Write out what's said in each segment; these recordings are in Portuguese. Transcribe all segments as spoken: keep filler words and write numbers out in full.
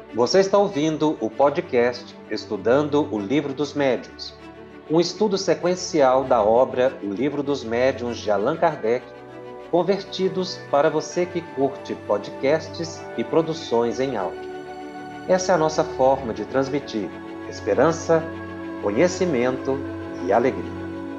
Você está ouvindo o podcast Estudando o Livro dos Médiuns, um estudo sequencial da obra O Livro dos Médiuns de Allan Kardec, convertidos para você que curte podcasts e produções em áudio. Essa é a nossa forma de transmitir esperança, conhecimento e alegria.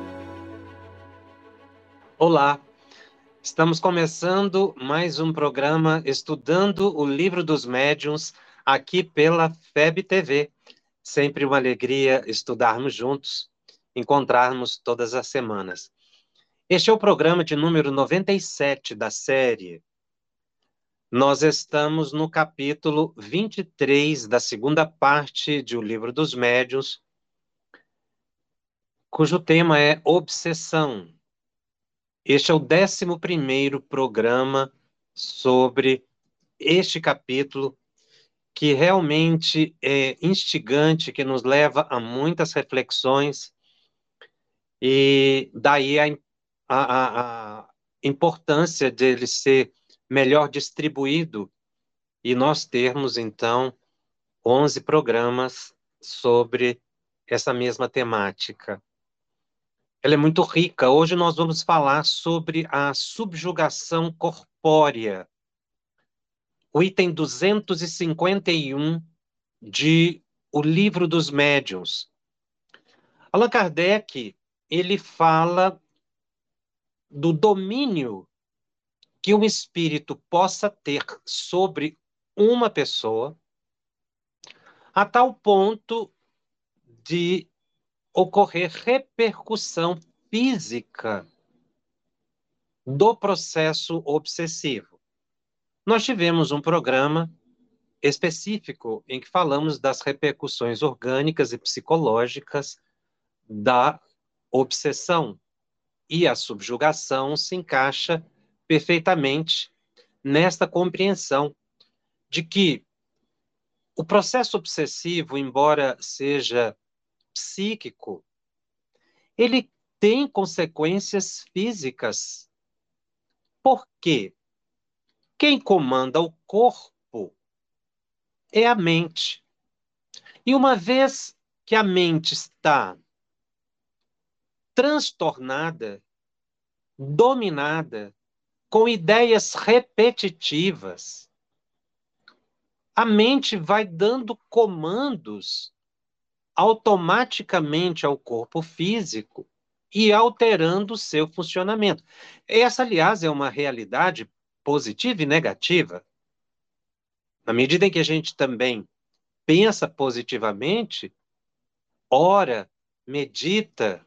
Olá! Estamos começando mais um programa Estudando o Livro dos Médiuns, aqui pela F E B T V. Sempre uma alegria estudarmos juntos, encontrarmos todas as semanas. Este é o programa de número noventa e sete da série. Nós estamos no capítulo vinte e três da segunda parte de O Livro dos Médiuns, cujo tema é obsessão. Este é o décimo primeiro programa sobre este capítulo, que realmente é instigante, que nos leva a muitas reflexões, e daí a, a, a importância dele ser melhor distribuído e nós termos, então, onze programas sobre essa mesma temática. Ela é muito rica. Hoje nós vamos falar sobre a subjugação corpórea, o item duzentos e cinquenta e um de O Livro dos Médiuns. Allan Kardec, ele fala do domínio que um espírito possa ter sobre uma pessoa, a tal ponto de ocorrer repercussão física do processo obsessivo. Nós tivemos um programa específico em que falamos das repercussões orgânicas e psicológicas da obsessão, e a subjugação se encaixa perfeitamente nesta compreensão de que o processo obsessivo, embora seja psíquico, ele tem consequências físicas. Por quê? Quem comanda o corpo é a mente. E uma vez que a mente está transtornada, dominada, com ideias repetitivas, a mente vai dando comandos automaticamente ao corpo físico e alterando o seu funcionamento. Essa, aliás, é uma realidade positiva e negativa. Na medida em que a gente também pensa positivamente, ora, medita,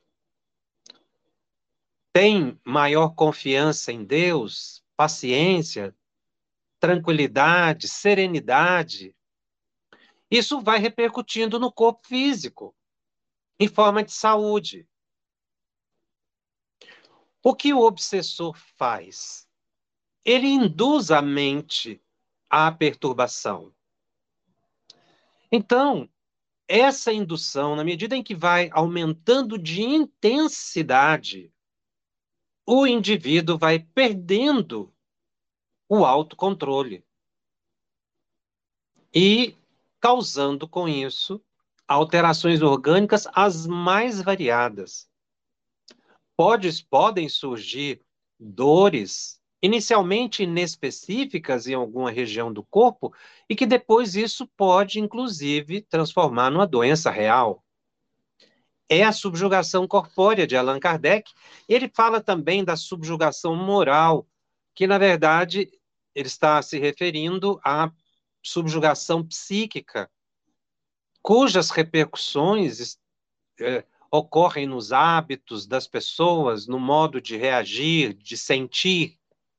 tem maior confiança em Deus, paciência, tranquilidade, serenidade, isso vai repercutindo no corpo físico, em forma de saúde. O que o obsessor faz? Ele induz a mente à perturbação. Então, essa indução, na medida em que vai aumentando de intensidade, o indivíduo vai perdendo o autocontrole e causando com isso alterações orgânicas as mais variadas. Pode, podem surgir dores inicialmente inespecíficas em alguma região do corpo e que depois isso pode, inclusive, transformar numa doença real. É a subjugação corpórea de Allan Kardec. Ele fala também da subjugação moral, que, na verdade, ele está se referindo à subjugação psíquica, cujas repercussões é, ocorrem nos hábitos das pessoas, no modo de reagir, de sentir,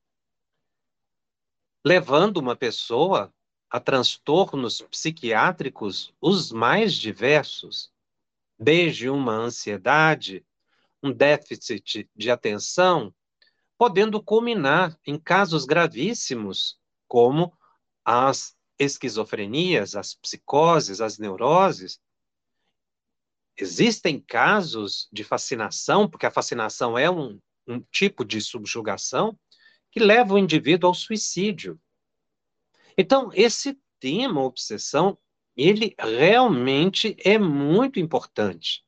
levando uma pessoa a transtornos psiquiátricos os mais diversos, desde uma ansiedade, um déficit de atenção, podendo culminar em casos gravíssimos, como as esquizofrenias, as psicoses, as neuroses. Existem casos de fascinação, porque a fascinação é um, um tipo de subjugação, que leva o indivíduo ao suicídio. Então, esse tema obsessão, ele realmente é muito importante.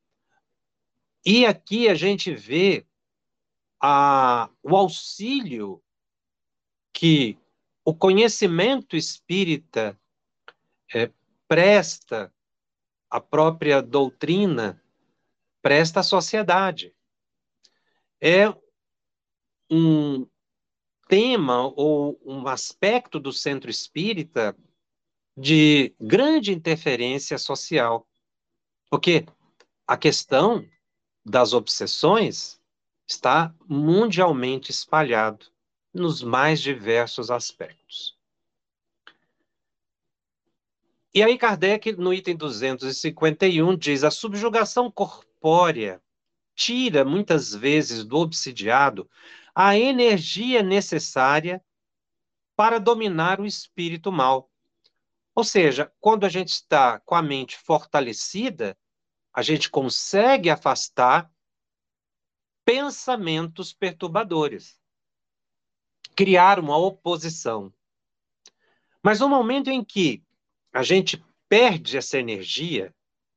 E aqui a gente vê a, o auxílio que o conhecimento espírita é, presta, a própria doutrina presta à sociedade. É um tema ou um aspecto do centro espírita de grande interferência social, porque a questão das obsessões está mundialmente espalhado nos mais diversos aspectos. E aí Kardec, no item duzentos e cinquenta e um, diz: a subjugação corpórea tira, muitas vezes, do obsidiado a energia necessária para dominar o espírito mal. Ou seja, quando a gente está com a mente fortalecida, a gente consegue afastar pensamentos perturbadores, criar uma oposição. Mas no momento em que a gente perde essa energia,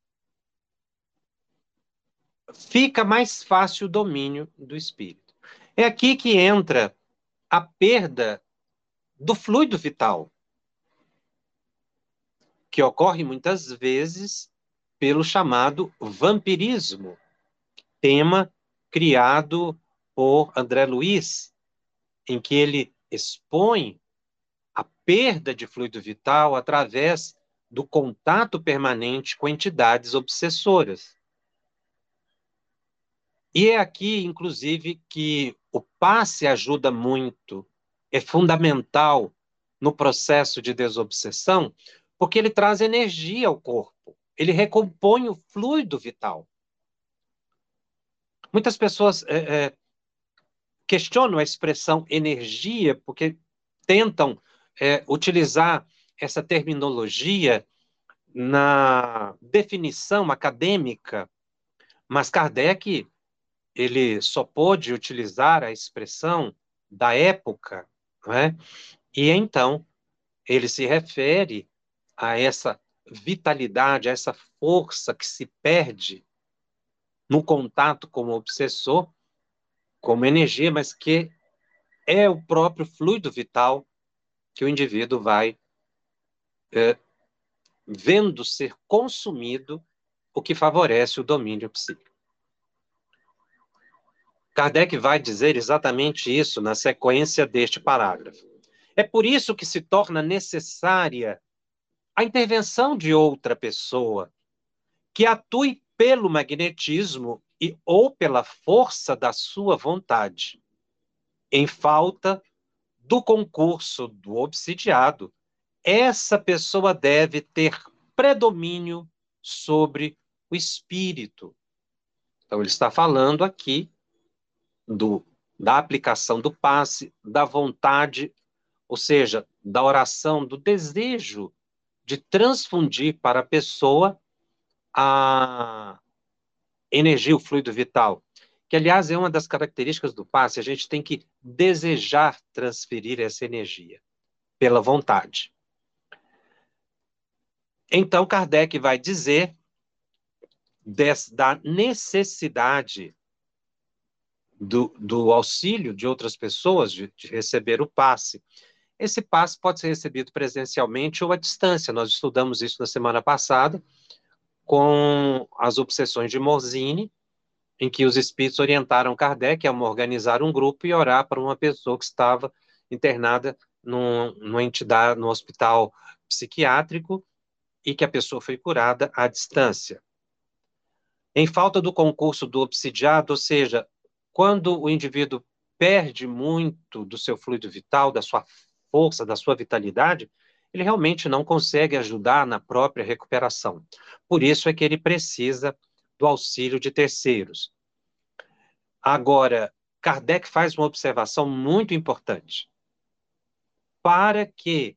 fica mais fácil o domínio do espírito. É aqui que entra a perda do fluido vital, que ocorre muitas vezes pelo chamado vampirismo, tema criado por André Luiz, em que ele expõe a perda de fluido vital através do contato permanente com entidades obsessoras. E é aqui, inclusive, que o passe ajuda muito, é fundamental no processo de desobsessão, porque ele traz energia ao corpo, ele recompõe o fluido vital. Muitas pessoas é, é, questionam a expressão energia, porque tentam é, utilizar essa terminologia na definição acadêmica, mas Kardec ele só pôde utilizar a expressão da época, não é? E então ele se refere a essa vitalidade, a essa força que se perde no contato com o obsessor, como energia, mas que é o próprio fluido vital que o indivíduo vai é, vendo ser consumido, o que favorece o domínio psíquico. Kardec vai dizer exatamente isso na sequência deste parágrafo. É por isso que se torna necessária a intervenção de outra pessoa que atue pelo magnetismo e ou pela força da sua vontade. Em falta do concurso do obsidiado, essa pessoa deve ter predomínio sobre o espírito. Então, ele está falando aqui do, da aplicação do passe, da vontade, ou seja, da oração, do desejo de transfundir para a pessoa a energia, o fluido vital, que, aliás, é uma das características do passe, a gente tem que desejar transferir essa energia pela vontade. Então, Kardec vai dizer des, da necessidade do, do auxílio de outras pessoas, de, de receber o passe. Esse passe pode ser recebido presencialmente ou à distância. Nós estudamos isso na semana passada, com as obsessões de Morzine, em que os espíritos orientaram Kardec a organizar um grupo e orar para uma pessoa que estava internada num, numa entidade, no hospital psiquiátrico, e que a pessoa foi curada à distância. Em falta do concurso do obsidiado, ou seja, quando o indivíduo perde muito do seu fluido vital, da sua força, da sua vitalidade, ele realmente não consegue ajudar na própria recuperação. Por isso é que ele precisa do auxílio de terceiros. Agora, Kardec faz uma observação muito importante. Para que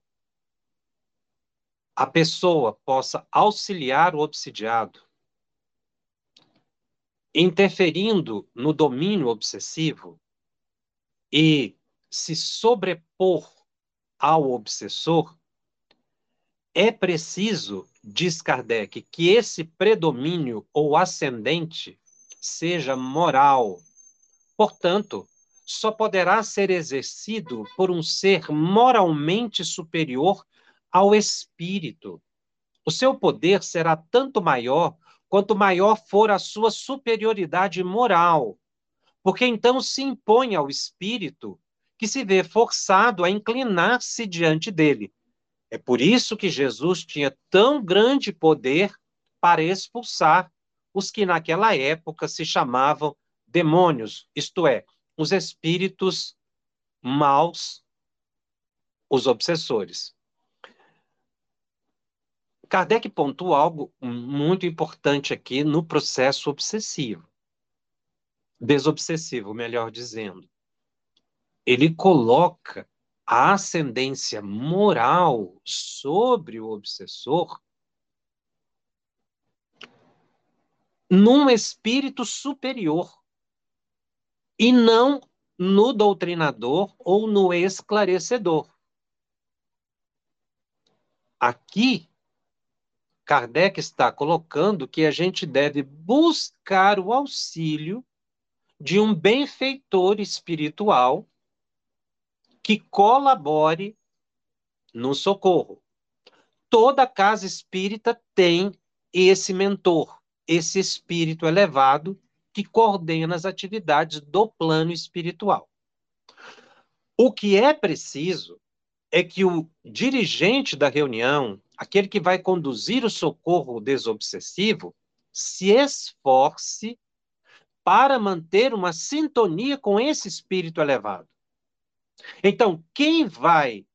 a pessoa possa auxiliar o obsidiado, interferindo no domínio obsessivo e se sobrepor ao obsessor, É preciso, diz Kardec, que esse predomínio ou ascendente seja moral. Portanto, só poderá ser exercido por um ser moralmente superior ao espírito. O seu poder será tanto maior quanto maior for a sua superioridade moral, porque então se impõe ao espírito que se vê forçado a inclinar-se diante dele. É por isso que Jesus tinha tão grande poder para expulsar os que naquela época se chamavam demônios, isto é, os espíritos maus, os obsessores. Kardec pontua algo muito importante aqui no processo obsessivo, desobsessivo, melhor dizendo. Ele coloca a ascendência moral sobre o obsessor num espírito superior e não no doutrinador ou no esclarecedor. Aqui, Kardec está colocando que a gente deve buscar o auxílio de um benfeitor espiritual que colabore no socorro. Toda casa espírita tem esse mentor, esse espírito elevado que coordena as atividades do plano espiritual. O que é preciso é que o dirigente da reunião, aquele que vai conduzir o socorro desobsessivo, se esforce para manter uma sintonia com esse espírito elevado. Então, quem vai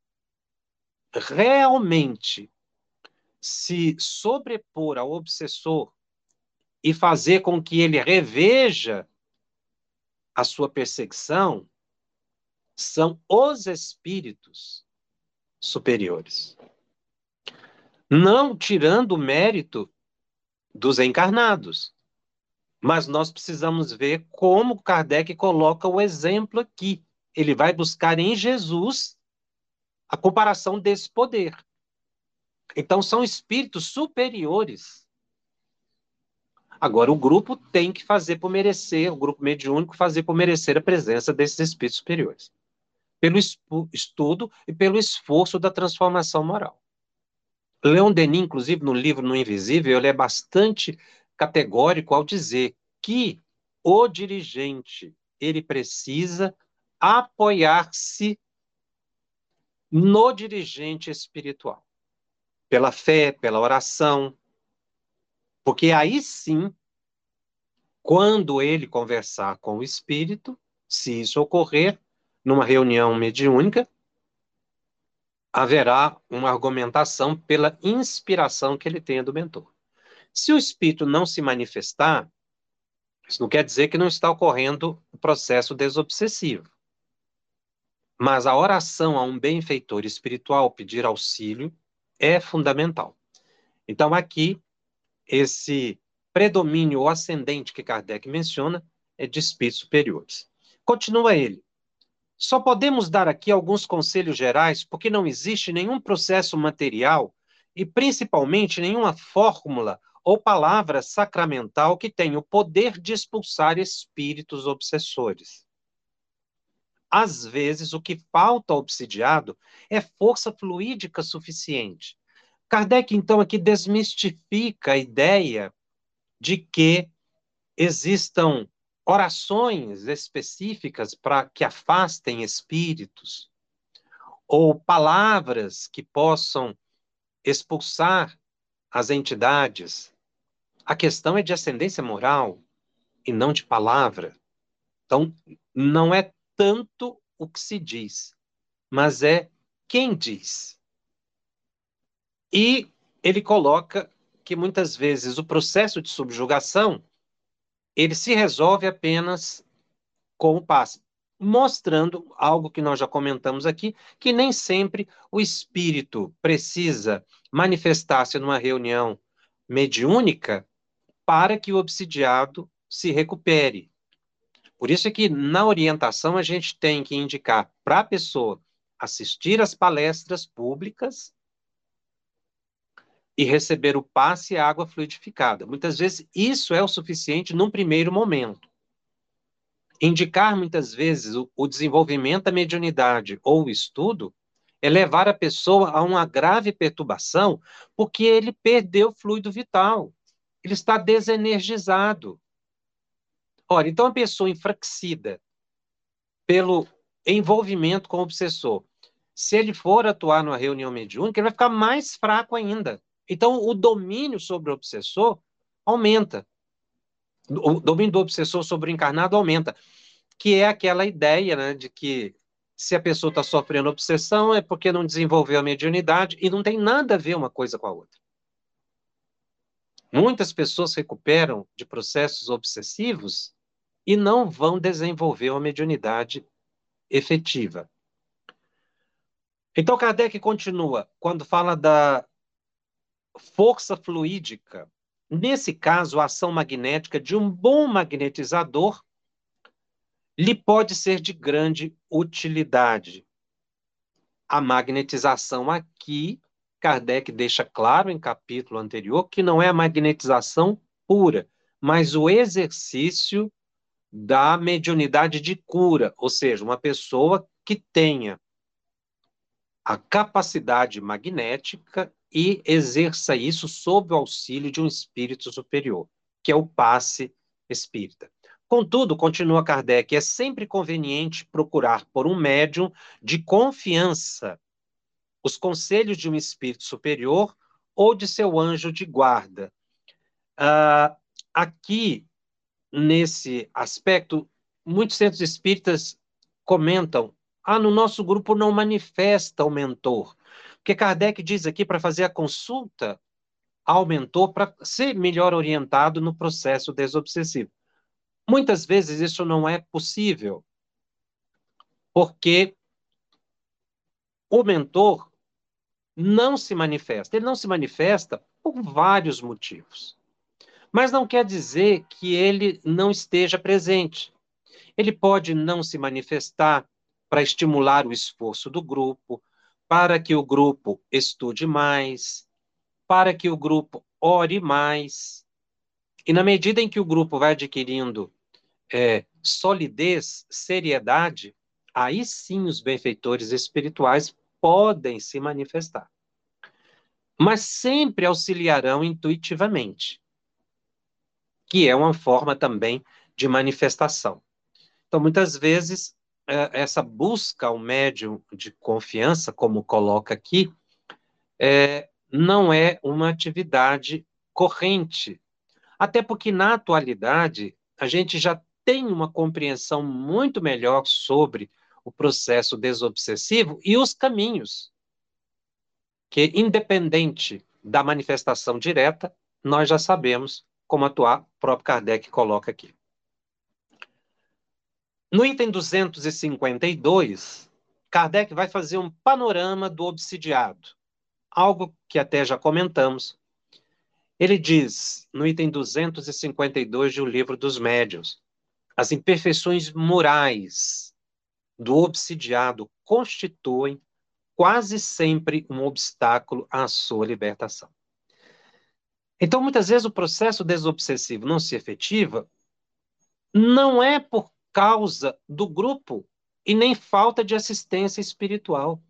realmente se sobrepor ao obsessor e fazer com que ele reveja a sua perseguição são os espíritos superiores. Não tirando o mérito dos encarnados. Mas nós precisamos ver como Kardec coloca o exemplo aqui. Ele vai buscar em Jesus a comparação desse poder. Então, são espíritos superiores. Agora, o grupo tem que fazer por merecer, o grupo mediúnico fazer por merecer a presença desses espíritos superiores. Pelo estudo e pelo esforço da transformação moral. Leon Denis, inclusive, no livro No Invisível, ele é bastante categórico ao dizer que o dirigente ele precisa apoiar-se no dirigente espiritual, pela fé, pela oração, porque aí sim, quando ele conversar com o espírito, se isso ocorrer numa reunião mediúnica, haverá uma argumentação pela inspiração que ele tenha do mentor. Se o espírito não se manifestar, isso não quer dizer que não está ocorrendo o processo desobsessivo. Mas a oração a um benfeitor espiritual, pedir auxílio, é fundamental. Então, aqui, esse predomínio ascendente que Kardec menciona é de espíritos superiores. Continua ele. Só podemos dar aqui alguns conselhos gerais porque não existe nenhum processo material e, principalmente, nenhuma fórmula ou palavra sacramental que tenha o poder de expulsar espíritos obsessores. Às vezes, o que falta ao obsidiado é força fluídica suficiente. Kardec, então, aqui desmistifica a ideia de que existam orações específicas para que afastem espíritos, ou palavras que possam expulsar as entidades. A questão é de ascendência moral e não de palavra. Então, não é tanto o que se diz, mas é quem diz. E ele coloca que muitas vezes o processo de subjugação ele se resolve apenas com o passe, mostrando algo que nós já comentamos aqui, que nem sempre o espírito precisa manifestar-se numa reunião mediúnica para que o obsidiado se recupere. Por isso é que na orientação a gente tem que indicar para a pessoa assistir às palestras públicas e receber o passe e a água fluidificada. Muitas vezes isso é o suficiente num primeiro momento. Indicar muitas vezes o, o desenvolvimento da mediunidade ou o estudo é levar a pessoa a uma grave perturbação, porque ele perdeu fluido vital. Ele está desenergizado. Ora, então a pessoa enfraquecida pelo envolvimento com o obsessor, se ele for atuar numa reunião mediúnica, ele vai ficar mais fraco ainda. Então, o domínio sobre o obsessor aumenta. O domínio do obsessor sobre o encarnado aumenta, que é aquela ideia, né, de que se a pessoa está sofrendo obsessão é porque não desenvolveu a mediunidade e não tem nada a ver uma coisa com a outra. Muitas pessoas recuperam de processos obsessivos e não vão desenvolver uma mediunidade efetiva. Então, Kardec continua, quando fala da força fluídica. Nesse caso, a ação magnética de um bom magnetizador lhe pode ser de grande utilidade. A magnetização aqui, Kardec deixa claro em capítulo anterior que não é a magnetização pura, mas o exercício da mediunidade de cura, ou seja, uma pessoa que tenha a capacidade magnética e exerça isso sob o auxílio de um espírito superior, que é o passe espírita. Contudo, continua Kardec, é sempre conveniente procurar por um médium de confiança os conselhos de um espírito superior ou de seu anjo de guarda. Ah, aqui, nesse aspecto, muitos centros espíritas comentam: ah, no nosso grupo não manifesta o mentor. Porque Kardec diz aqui para fazer a consulta ao mentor para ser melhor orientado no processo desobsessivo. Muitas vezes isso não é possível, porque o mentor não se manifesta. Ele não se manifesta por vários motivos. Mas não quer dizer que ele não esteja presente. Ele pode não se manifestar para estimular o esforço do grupo, para que o grupo estude mais, para que o grupo ore mais. E na medida em que o grupo vai adquirindo é, solidez, seriedade, aí sim os benfeitores espirituais podem se manifestar. Mas sempre auxiliarão intuitivamente, que é uma forma também de manifestação. Então, muitas vezes, essa busca ao médium de confiança, como coloca aqui, é, não é uma atividade corrente. Até porque, na atualidade, a gente já tem uma compreensão muito melhor sobre o processo desobsessivo e os caminhos, que, independente da manifestação direta, nós já sabemos como atuar, o próprio Kardec coloca aqui. No item duzentos e cinquenta e dois, Kardec vai fazer um panorama do obsidiado, algo que até já comentamos. Ele diz, no item duzentos e cinquenta e dois de O Livro dos Médiuns, as imperfeições morais do obsidiado constituem quase sempre um obstáculo à sua libertação. Então, muitas vezes, o processo desobsessivo não se efetiva não é por causa do grupo e nem falta de assistência espiritual.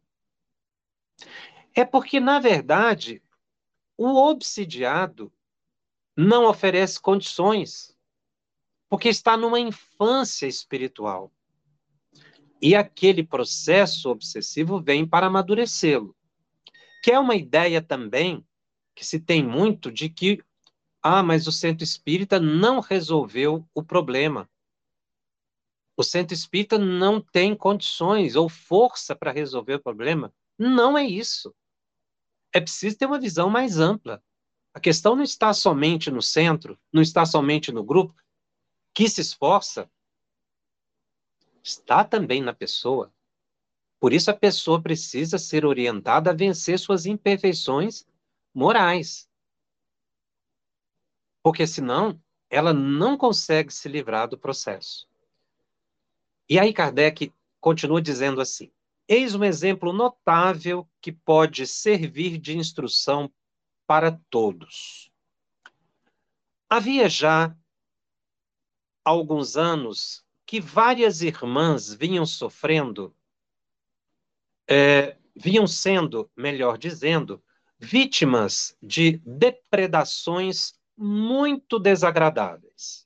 É porque, na verdade, o obsidiado não oferece condições, porque está numa infância espiritual. E aquele processo obsessivo vem para amadurecê-lo. Que é uma ideia também que se tem muito de que, ah, mas o centro espírita não resolveu o problema. O centro espírita não tem condições ou força para resolver o problema. Não é isso. É preciso ter uma visão mais ampla. A questão não está somente no centro, não está somente no grupo, que se esforça, está também na pessoa. Por isso a pessoa precisa ser orientada a vencer suas imperfeições morais. Porque senão ela não consegue se livrar do processo. E aí Kardec continua dizendo assim: eis um exemplo notável que pode servir de instrução para todos. Havia já alguns anos que várias irmãs vinham sofrendo, é, vinham sendo, melhor dizendo, vítimas de depredações muito desagradáveis.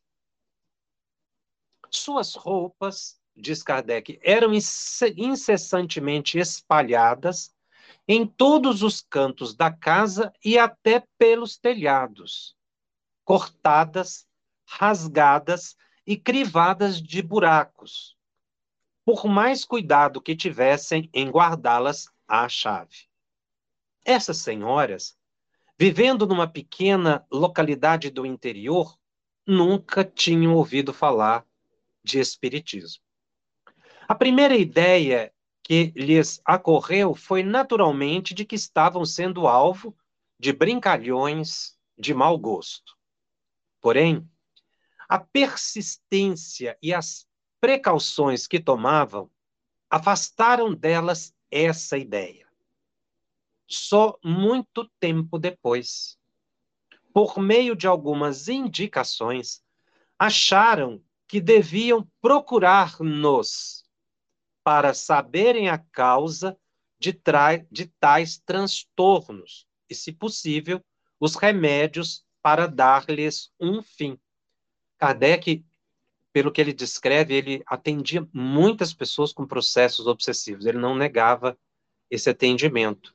Suas roupas, diz Kardec, eram incessantemente espalhadas em todos os cantos da casa e até pelos telhados, cortadas, rasgadas e crivadas de buracos, por mais cuidado que tivessem em guardá-las à chave. Essas senhoras, vivendo numa pequena localidade do interior, nunca tinham ouvido falar de espiritismo. A primeira ideia que lhes ocorreu foi naturalmente de que estavam sendo alvo de brincalhões de mau gosto. Porém, a persistência e as precauções que tomavam afastaram delas essa ideia. Só muito tempo depois, por meio de algumas indicações, acharam que deviam procurar-nos para saberem a causa de, de tais transtornos e, se possível, os remédios para dar-lhes um fim. Kardec, pelo que ele descreve, ele atendia muitas pessoas com processos obsessivos. Ele não negava esse atendimento.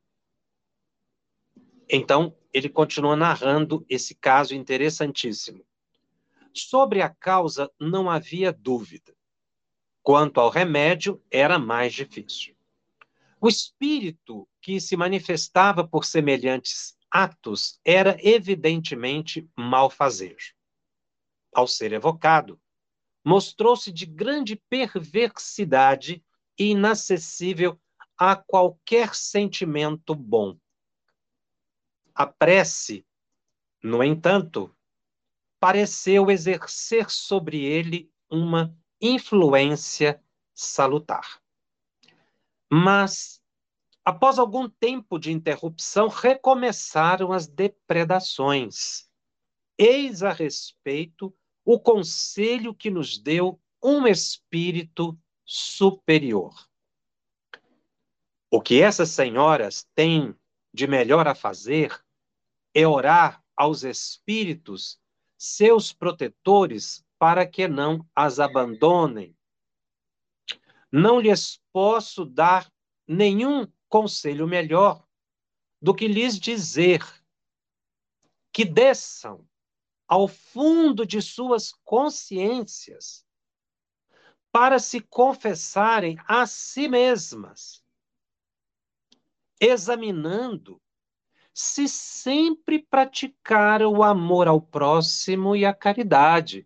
Então, ele continua narrando esse caso interessantíssimo. Sobre a causa, não havia dúvida. Quanto ao remédio, era mais difícil. O espírito que se manifestava por semelhantes atos era evidentemente malfazejo. Ao ser evocado, mostrou-se de grande perversidade e inacessível a qualquer sentimento bom. A prece, no entanto, pareceu exercer sobre ele uma influência salutar. Mas, após algum tempo de interrupção, recomeçaram as depredações. Eis a respeito o conselho que nos deu um espírito superior. O que essas senhoras têm de melhor a fazer é orar aos espíritos, seus protetores, para que não as abandonem. Não lhes posso dar nenhum conselho melhor do que lhes dizer que desçam ao fundo de suas consciências para se confessarem a si mesmas, examinando se sempre praticaram o amor ao próximo e a caridade.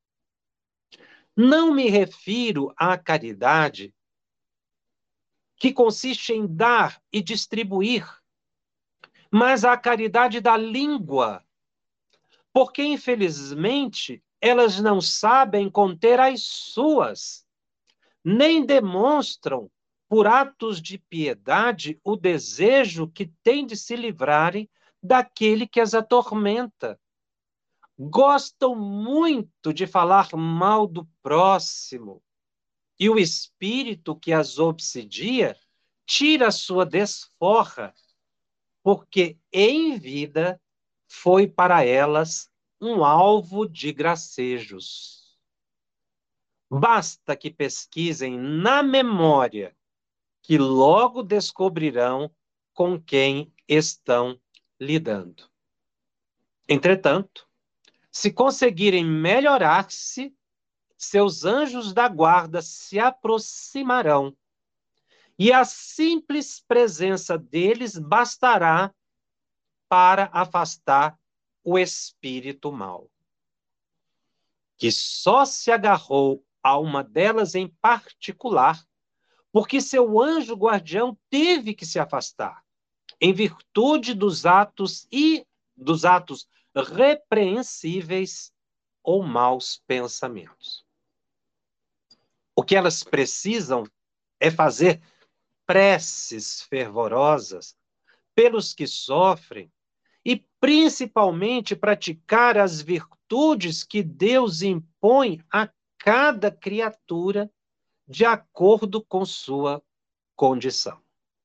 Não me refiro à caridade que consiste em dar e distribuir, mas à caridade da língua, porque, infelizmente, elas não sabem conter as suas, nem demonstram, por atos de piedade, o desejo que têm de se livrarem daquele que as atormenta. Gostam muito de falar mal do próximo, e o espírito que as obsidia tira a sua desforra, porque em vida foi para elas um alvo de gracejos. Basta que pesquisem na memória, que logo descobrirão com quem estão lidando. Entretanto, se conseguirem melhorar-se, seus anjos da guarda se aproximarão, e a simples presença deles bastará para afastar o espírito mau, que só se agarrou a uma delas em particular, porque seu anjo guardião teve que se afastar, em virtude dos atos e dos atos repreensíveis ou maus pensamentos. O que elas precisam é fazer preces fervorosas pelos que sofrem e principalmente praticar as virtudes que Deus impõe a cada criatura de acordo com sua condição.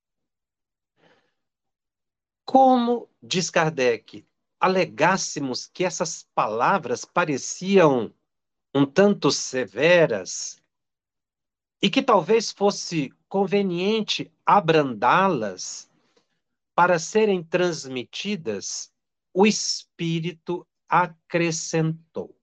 Como, diz Kardec, alegássemos que essas palavras pareciam um tanto severas e que talvez fosse conveniente abrandá-las para serem transmitidas, o Espírito acrescentou: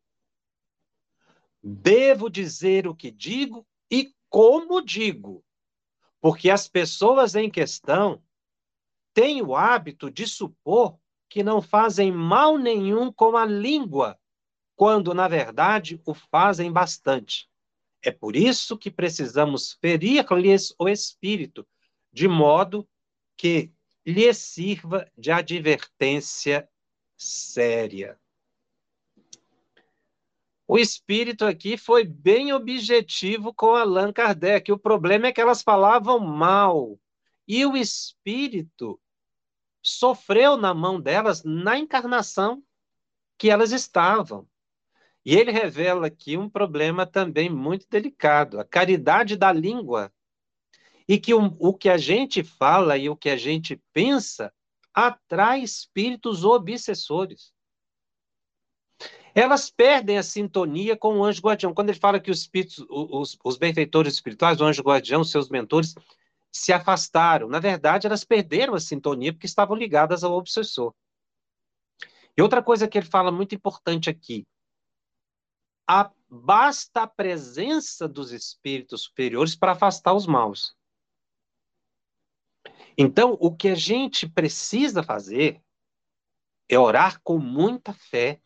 devo dizer o que digo e como digo, porque as pessoas em questão têm o hábito de supor que não fazem mal nenhum com a língua, quando, na verdade, o fazem bastante. É por isso que precisamos ferir-lhes o espírito, de modo que lhes sirva de advertência séria. O espírito aqui foi bem objetivo com Allan Kardec. O problema é que elas falavam mal. E o espírito sofreu na mão delas na encarnação que elas estavam. E ele revela aqui um problema também muito delicado, a caridade da língua. E que o, o que a gente fala e o que a gente pensa atrai espíritos obsessores. Elas perdem a sintonia com o anjo guardião. Quando ele fala que os espíritos, os, os benfeitores espirituais, o anjo guardião, seus mentores, se afastaram. Na verdade, elas perderam a sintonia porque estavam ligadas ao obsessor. E outra coisa que ele fala muito importante aqui, a, basta a presença dos espíritos superiores para afastar os maus. Então, o que a gente precisa fazer é orar com muita fé,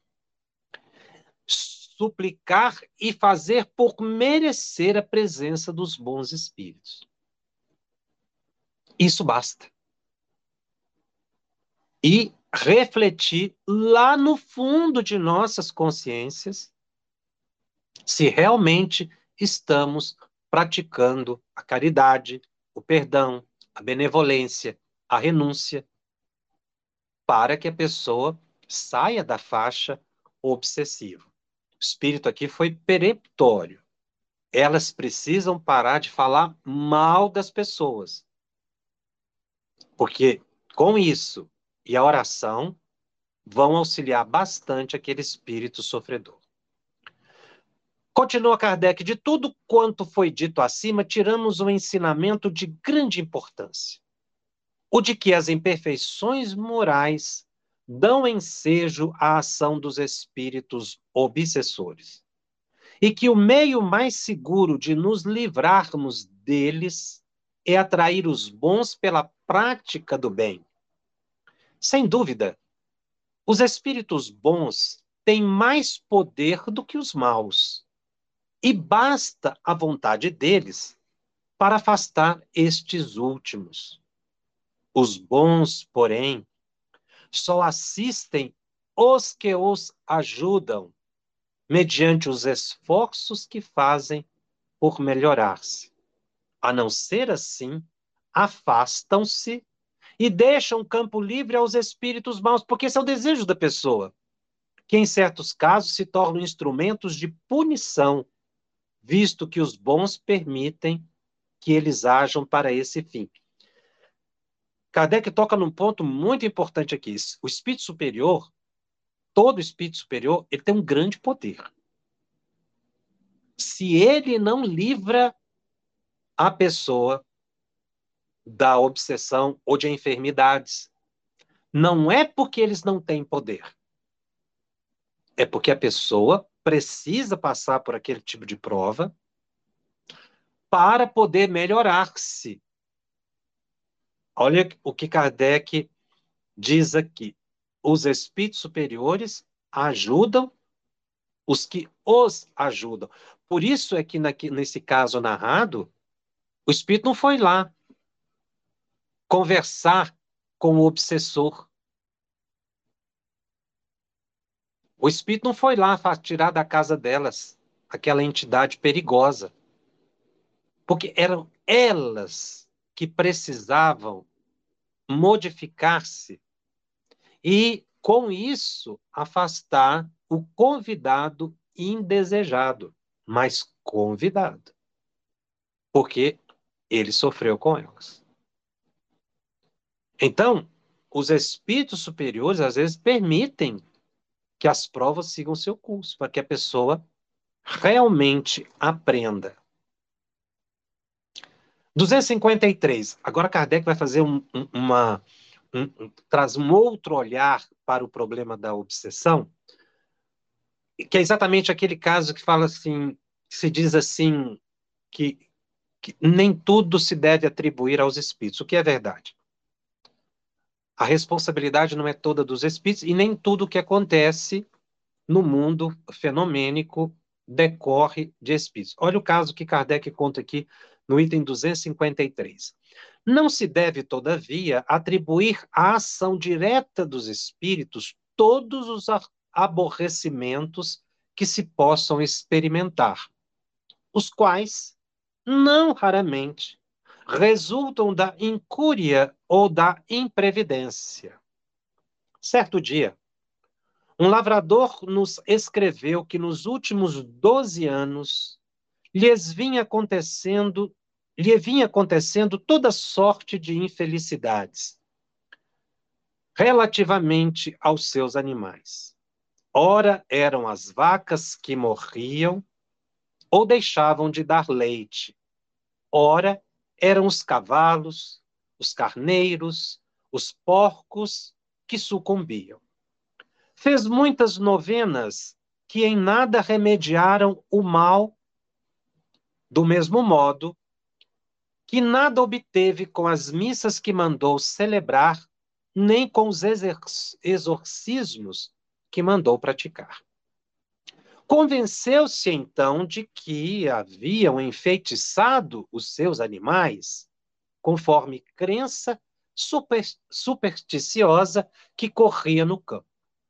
suplicar e fazer por merecer a presença dos bons espíritos. Isso basta. E refletir lá no fundo de nossas consciências se realmente estamos praticando a caridade, o perdão, a benevolência, a renúncia, para que a pessoa saia da faixa obsessiva. O espírito aqui foi peremptório. Elas precisam parar de falar mal das pessoas. Porque com isso e a oração vão auxiliar bastante aquele espírito sofredor. Continua Kardec: de tudo quanto foi dito acima, tiramos um ensinamento de grande importância, o de que as imperfeições morais dão ensejo à ação dos espíritos obsessores, e que o meio mais seguro de nos livrarmos deles é atrair os bons pela prática do bem. Sem dúvida, os espíritos bons têm mais poder do que os maus, e basta a vontade deles para afastar estes últimos. Os bons, porém, só assistem os que os ajudam, mediante os esforços que fazem por melhorar-se. A não ser assim, afastam-se e deixam campo livre aos espíritos maus, porque esse é o desejo da pessoa, que em certos casos se tornam instrumentos de punição, visto que os bons permitem que eles ajam para esse fim. Kardec toca num ponto muito importante aqui. O espírito superior, todo espírito superior, ele tem um grande poder. Se ele não livra a pessoa da obsessão ou de enfermidades, não é porque eles não têm poder. É porque a pessoa precisa passar por aquele tipo de prova para poder melhorar-se. Olha o que Kardec diz aqui. Os espíritos superiores ajudam os que os ajudam. Por isso é que nesse caso narrado, o espírito não foi lá conversar com o obsessor. O espírito não foi lá tirar da casa delas aquela entidade perigosa. Porque eram elas que precisavam modificar-se e, com isso, afastar o convidado indesejado, mas convidado, porque ele sofreu com elas. Então, os espíritos superiores, às vezes, permitem que as provas sigam seu curso, para que a pessoa realmente aprenda. duzentos e cinquenta e três. Agora Kardec vai fazer um, um, uma, um, um, traz um outro olhar para o problema da obsessão, que é exatamente aquele caso que fala assim, que se diz assim, que, que nem tudo se deve atribuir aos espíritos, o que é verdade. A responsabilidade não é toda dos espíritos e nem tudo o que acontece no mundo fenomênico decorre de espíritos. Olha o caso que Kardec conta aqui no item duzentos e cinquenta e três. Não se deve, todavia, atribuir à ação direta dos espíritos todos os aborrecimentos que se possam experimentar, os quais, não raramente, resultam da incúria ou da imprevidência. Certo dia, um lavrador nos escreveu que nos últimos doze anos lhes vinha acontecendo, lhe vinha acontecendo toda sorte de infelicidades relativamente aos seus animais. Ora eram as vacas que morriam ou deixavam de dar leite. Ora eram os cavalos, os carneiros, os porcos que sucumbiam. Fez muitas novenas que em nada remediaram o mal, do mesmo modo que nada obteve com as missas que mandou celebrar, nem com os exorcismos que mandou praticar. Convenceu-se então de que haviam enfeitiçado os seus animais, conforme crença super, supersticiosa que corria no campo.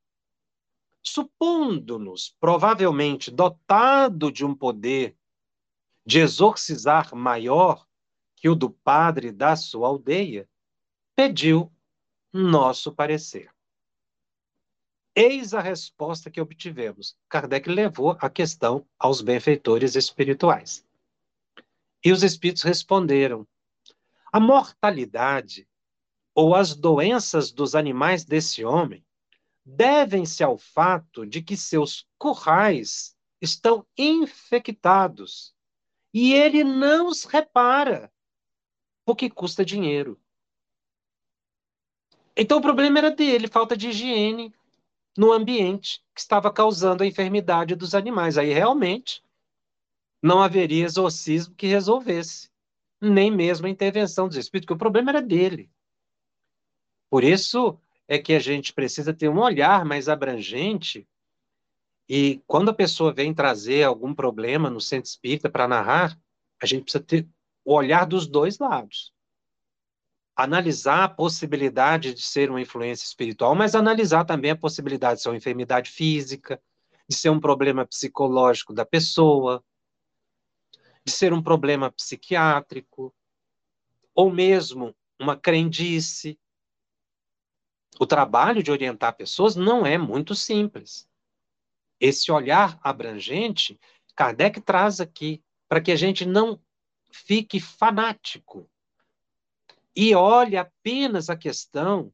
Supondo-nos provavelmente dotado de um poder de exorcizar maior que o do padre da sua aldeia, pediu nosso parecer. Eis a resposta que obtivemos. Kardec levou a questão aos benfeitores espirituais. E os espíritos responderam: a mortalidade ou as doenças dos animais desse homem devem-se ao fato de que seus currais estão infectados e ele não os repara, porque custa dinheiro. Então o problema era dele, falta de higiene no ambiente que estava causando a enfermidade dos animais. Aí realmente não haveria exorcismo que resolvesse, nem mesmo a intervenção dos espíritos, porque o problema era dele. Por isso é que a gente precisa ter um olhar mais abrangente e quando a pessoa vem trazer algum problema no centro espírita para narrar, a gente precisa ter o olhar dos dois lados. Analisar a possibilidade de ser uma influência espiritual, mas analisar também a possibilidade de ser uma enfermidade física, de ser um problema psicológico da pessoa, de ser um problema psiquiátrico, ou mesmo uma crendice. O trabalho de orientar pessoas não é muito simples. Esse olhar abrangente, Kardec traz aqui, para que a gente não fique fanático e olhe apenas a questão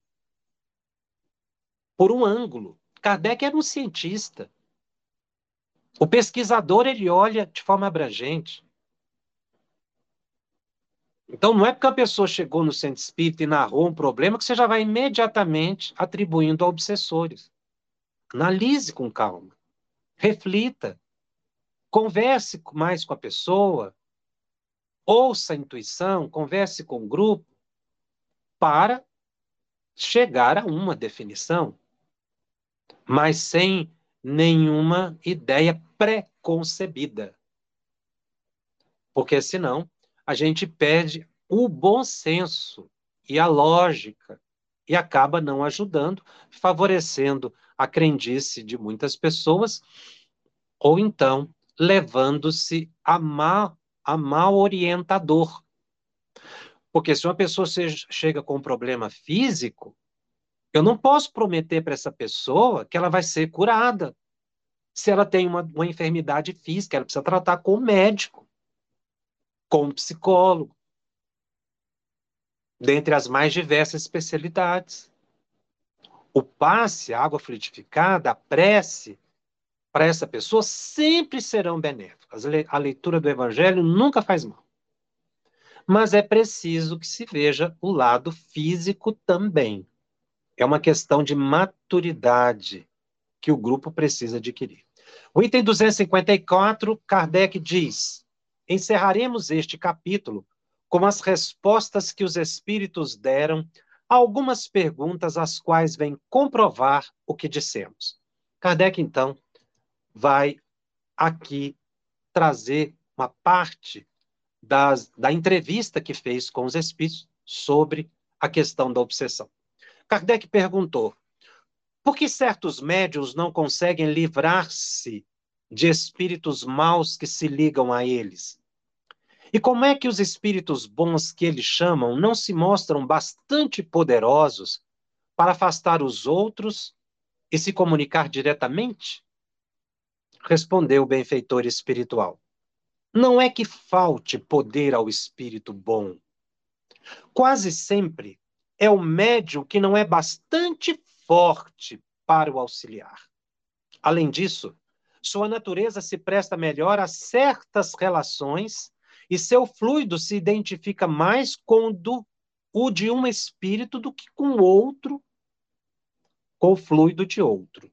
por um ângulo. Kardec era um cientista. O pesquisador, ele olha de forma abrangente. Então, não é porque a pessoa chegou no centro espírita e narrou um problema que você já vai imediatamente atribuindo a obsessores. Analise com calma. Reflita. Converse mais com a pessoa. Ouça a intuição. Converse com o grupo para chegar a uma definição, mas sem nenhuma ideia pré-concebida. Porque senão a gente perde o bom senso e a lógica e acaba não ajudando, favorecendo a crendice de muitas pessoas ou então levando-se a mal, a mal orientador. Porque se uma pessoa seja, chega com um problema físico, Eu não posso prometer para essa pessoa que ela vai ser curada. Se ela tem uma, uma enfermidade física, ela precisa tratar com o médico, com o psicólogo, dentre as mais diversas especialidades. O passe, a água frutificada, a prece, para essa pessoa sempre serão benéficas. A leitura do Evangelho nunca faz mal. Mas é preciso que se veja o lado físico também. É uma questão de maturidade que o grupo precisa adquirir. O item duzentos e cinquenta e quatro, Kardec diz: encerraremos este capítulo com as respostas que os espíritos deram a algumas perguntas às quais vem comprovar o que dissemos. Kardec, então, vai aqui trazer uma parte das, da entrevista que fez com os espíritos sobre a questão da obsessão. Kardec perguntou: por que certos médiuns não conseguem livrar-se de espíritos maus que se ligam a eles? E como é que os espíritos bons que eles chamam não se mostram bastante poderosos para afastar os outros e se comunicar diretamente? Respondeu o benfeitor espiritual: não é que falte poder ao espírito bom. Quase sempre é o médium que não é bastante forte para o auxiliar. Além disso, sua natureza se presta melhor a certas relações e seu fluido se identifica mais com do, o de um espírito do que com outro, com o fluido de outro.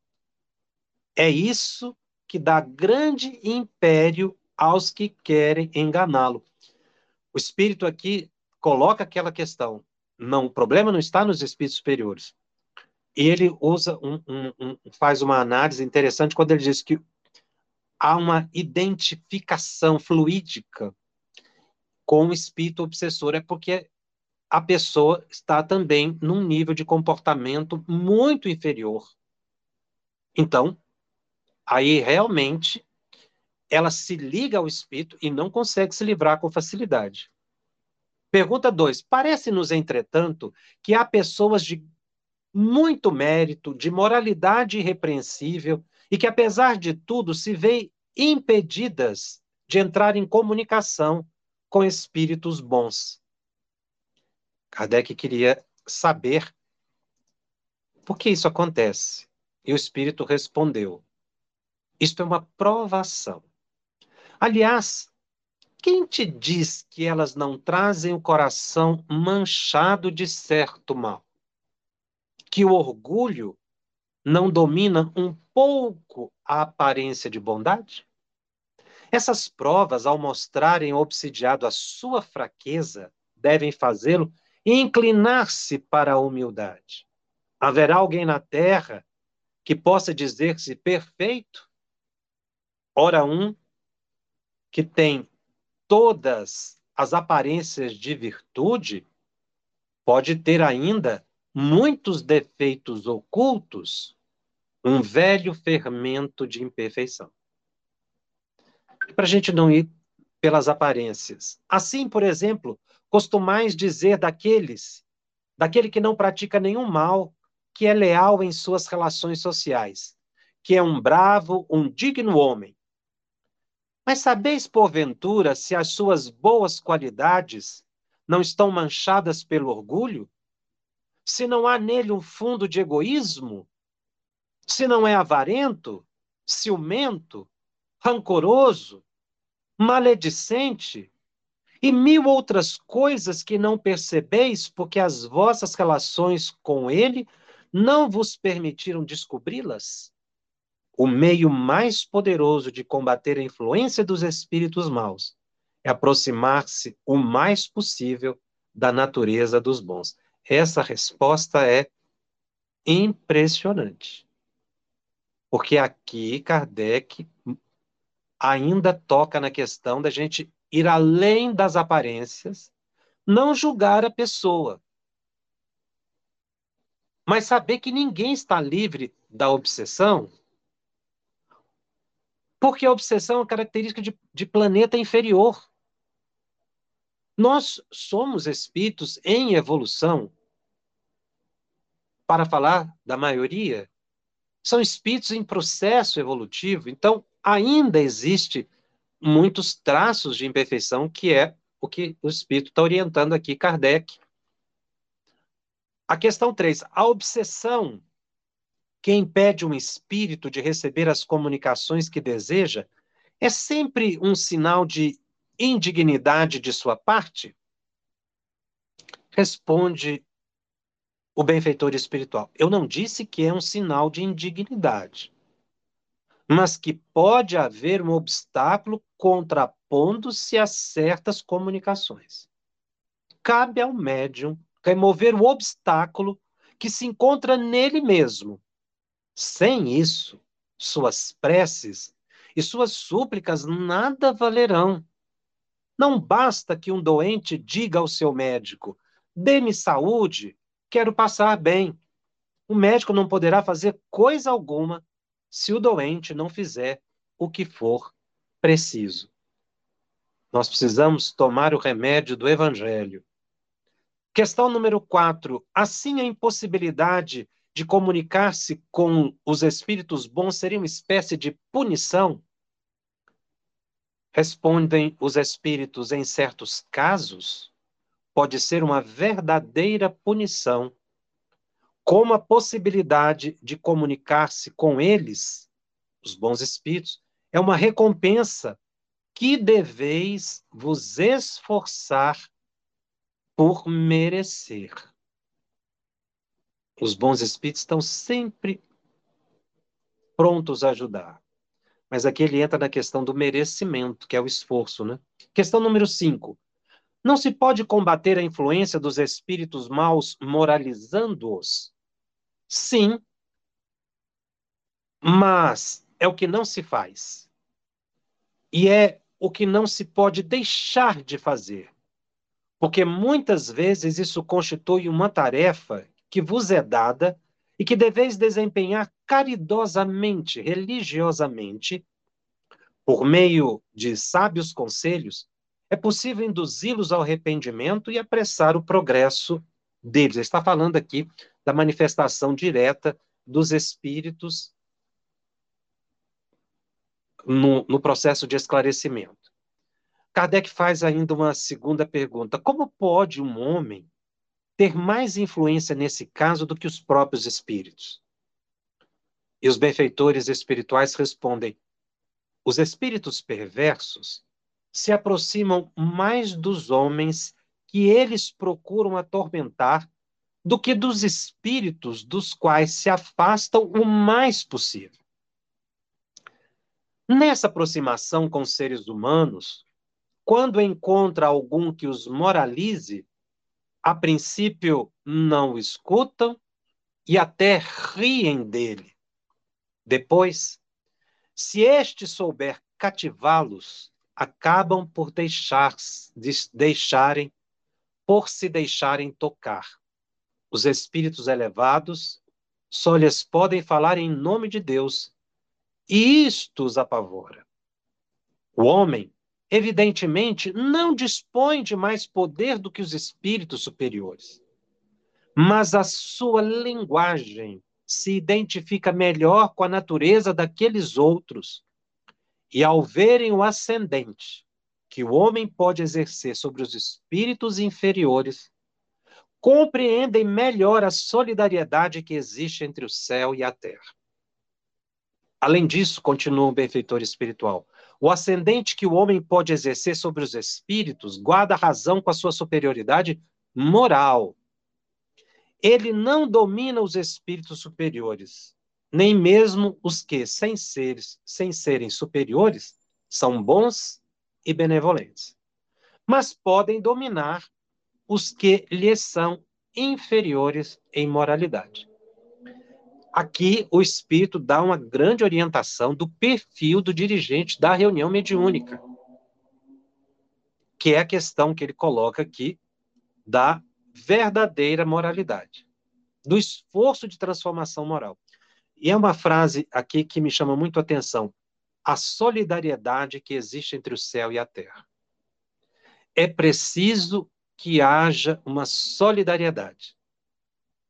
É isso que dá grande império aos que querem enganá-lo. O espírito aqui coloca aquela questão. Não, o problema não está nos espíritos superiores. E ele usa um, um, um, faz uma análise interessante quando ele diz que há uma identificação fluídica com o espírito obsessor, é porque a pessoa está também num nível de comportamento muito inferior. Então, aí realmente ela se liga ao espírito e não consegue se livrar com facilidade. Pergunta dois. Parece-nos, entretanto, que há pessoas de muito mérito, de moralidade irrepreensível, e que, apesar de tudo, se veem impedidas de entrar em comunicação com espíritos bons. Kardec queria saber por que isso acontece. E o espírito respondeu: isto é uma provação. Aliás, quem te diz que elas não trazem o coração manchado de certo mal? Que o orgulho não domina um pouco a aparência de bondade? Essas provas, ao mostrarem ao obsidiado a sua fraqueza, devem fazê-lo inclinar-se para a humildade. Haverá alguém na terra que possa dizer-se perfeito? Ora, um que tem todas as aparências de virtude pode ter ainda muitos defeitos ocultos, um velho fermento de imperfeição. Para a gente não ir pelas aparências. Assim, por exemplo, costumais dizer daqueles, daquele que não pratica nenhum mal, que é leal em suas relações sociais, que é um bravo, um digno homem. Mas sabeis, porventura, se as suas boas qualidades não estão manchadas pelo orgulho? Se não há nele um fundo de egoísmo? Se não é avarento, ciumento, rancoroso, maledicente e mil outras coisas que não percebeis porque as vossas relações com ele não vos permitiram descobri-las? O meio mais poderoso de combater a influência dos espíritos maus é aproximar-se o mais possível da natureza dos bons. Essa resposta é impressionante. Porque aqui Kardec ainda toca na questão da gente ir além das aparências, não julgar a pessoa, mas saber que ninguém está livre da obsessão, porque a obsessão é uma característica de, de planeta inferior. Nós somos espíritos em evolução. para falar da maioria, são espíritos em processo evolutivo. Então, ainda existe muitos traços de imperfeição, que é o que o espírito está orientando aqui Kardec. A questão três, a obsessão que impede um espírito de receber as comunicações que deseja é sempre um sinal de indignidade de sua parte? Responde o benfeitor espiritual. Eu não disse que é um sinal de indignidade, mas que pode haver um obstáculo contrapondo-se a certas comunicações. Cabe ao médium remover o obstáculo que se encontra nele mesmo. Sem isso, suas preces e suas súplicas nada valerão. Não basta que um doente diga ao seu médico: dê-me saúde, quero passar bem. O médico não poderá fazer coisa alguma se o doente não fizer o que for preciso. Nós precisamos tomar o remédio do Evangelho. Questão número quatro. Assim, a impossibilidade de comunicar-se com os espíritos bons seria uma espécie de punição? Respondem os espíritos, em certos casos, pode ser uma verdadeira punição, como a possibilidade de comunicar-se com eles, os bons espíritos, é uma recompensa que deveis vos esforçar por merecer. Os bons espíritos estão sempre prontos a ajudar. Mas aqui ele entra na questão do merecimento, que é o esforço, né? Questão número cinco. Não se pode combater a influência dos espíritos maus moralizando-os? Sim, mas é o que não se faz. E é o que não se pode deixar de fazer. Porque muitas vezes isso constitui uma tarefa que vos é dada e que deveis desempenhar caridosamente, religiosamente, por meio de sábios conselhos, é possível induzi-los ao arrependimento e apressar o progresso deles. Ele está falando aqui da manifestação direta dos espíritos no, no processo de esclarecimento. Kardec faz ainda uma segunda pergunta. Como pode um homem ter mais influência nesse caso do que os próprios espíritos? E os benfeitores espirituais respondem: os espíritos perversos se aproximam mais dos homens que eles procuram atormentar do que dos espíritos dos quais se afastam o mais possível. Nessa aproximação com seres humanos, quando encontra algum que os moralize, a princípio não o escutam e até riem dele. Depois, se este souber cativá-los, acabam por deixar, deixarem, por se deixarem tocar. Os espíritos elevados só lhes podem falar em nome de Deus, e isto os apavora. O homem, evidentemente, não dispõe de mais poder do que os espíritos superiores, mas a sua linguagem se identifica melhor com a natureza daqueles outros. E ao verem o ascendente que o homem pode exercer sobre os espíritos inferiores, compreendem melhor a solidariedade que existe entre o céu e a terra. Além disso, continua o benfeitor espiritual, o ascendente que o homem pode exercer sobre os espíritos guarda razão com a sua superioridade moral. Ele não domina os espíritos superiores, nem mesmo os que, sem, seres, sem serem superiores, são bons e benevolentes, mas podem dominar os que lhes são inferiores em moralidade. Aqui o espírito dá uma grande orientação do perfil do dirigente da reunião mediúnica, que é a questão que ele coloca aqui da verdadeira moralidade, do esforço de transformação moral. E é uma frase aqui que me chama muito a atenção: a solidariedade que existe entre o céu e a terra. É preciso que haja uma solidariedade.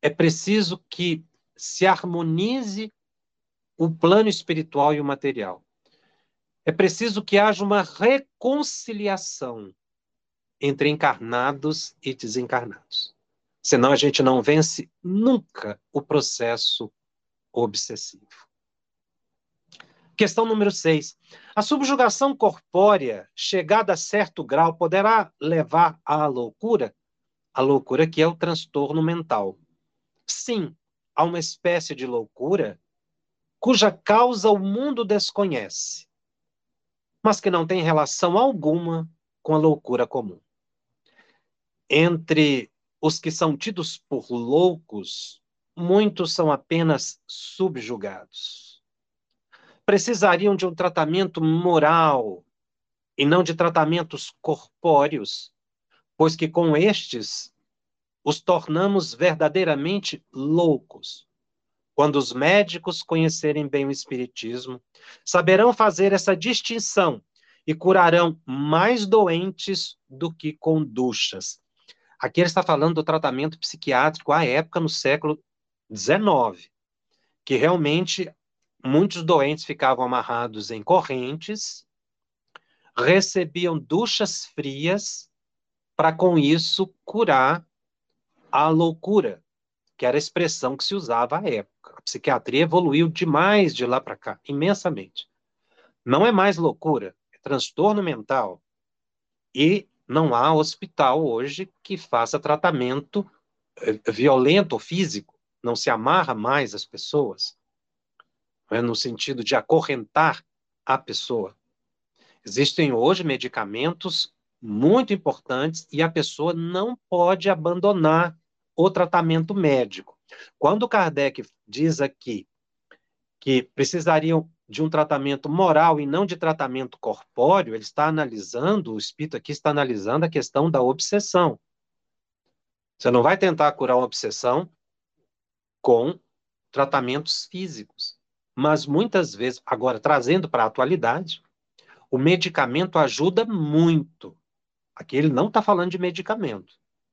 é preciso que se harmonize o plano espiritual e o material. É preciso que haja uma reconciliação entre encarnados e desencarnados. Senão a gente não vence nunca o processo obsessivo. Questão número seis. A subjugação corpórea, chegada a certo grau, poderá levar à loucura? A loucura que é o transtorno mental. Sim, há uma espécie de loucura cuja causa o mundo desconhece, mas que não tem relação alguma com a loucura comum. Entre os que são tidos por loucos, muitos são apenas subjugados. Precisariam de um tratamento moral e não de tratamentos corpóreos, pois que com estes os tornamos verdadeiramente loucos. Quando os médicos conhecerem bem o espiritismo, saberão fazer essa distinção e curarão mais doentes do que com duchas. Aqui ele está falando do tratamento psiquiátrico à época, no século dezenove, que realmente muitos doentes ficavam amarrados em correntes, recebiam duchas frias para, com isso, curar a loucura, que era a expressão que se usava à época. A psiquiatria evoluiu demais de lá para cá, imensamente. Não é mais loucura, é transtorno mental. E não há hospital hoje que faça tratamento eh, violento ou físico. Não se amarra mais as pessoas, né, no sentido de acorrentar a pessoa. Existem hoje medicamentos muito importantes e a pessoa não pode abandonar o tratamento médico. Quando Kardec diz aqui que precisariam de um tratamento moral e não de tratamento corpóreo, ele está analisando, o espírito aqui está analisando a questão da obsessão. Você não vai tentar curar uma obsessão com tratamentos físicos. Mas muitas vezes, agora trazendo para a atualidade, o medicamento ajuda muito. Aqui ele não está falando de medicamento.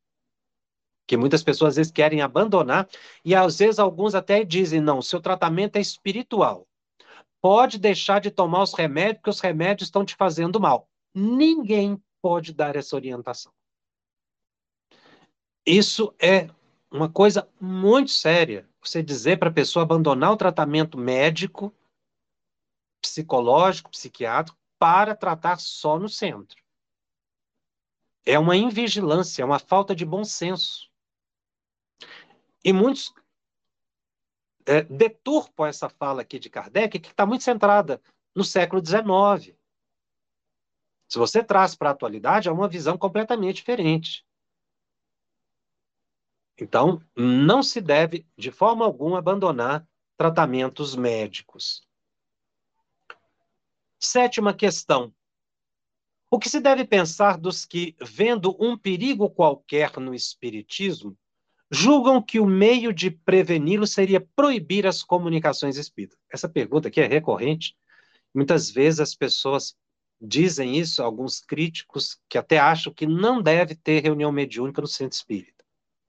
Que muitas pessoas às vezes querem abandonar, e às vezes alguns até dizem, não, seu tratamento é espiritual. Pode deixar de tomar os remédios, porque os remédios estão te fazendo mal. Ninguém pode dar essa orientação. Isso é uma coisa muito séria. Você dizer para a pessoa abandonar o tratamento médico, psicológico, psiquiátrico, para tratar só no centro. É uma invigilância, é uma falta de bom senso. E muitos é, deturpam essa fala aqui de Kardec, que está muito centrada no século dezenove. Se você traz para a atualidade, é uma visão completamente diferente. Então, não se deve, de forma alguma, abandonar tratamentos médicos. Sétima questão. O que se deve pensar dos que, vendo um perigo qualquer no espiritismo, julgam que o meio de preveni-lo seria proibir as comunicações espíritas? Essa pergunta aqui é recorrente. Muitas vezes as pessoas dizem isso, alguns críticos que até acham que não deve ter reunião mediúnica no centro espírita.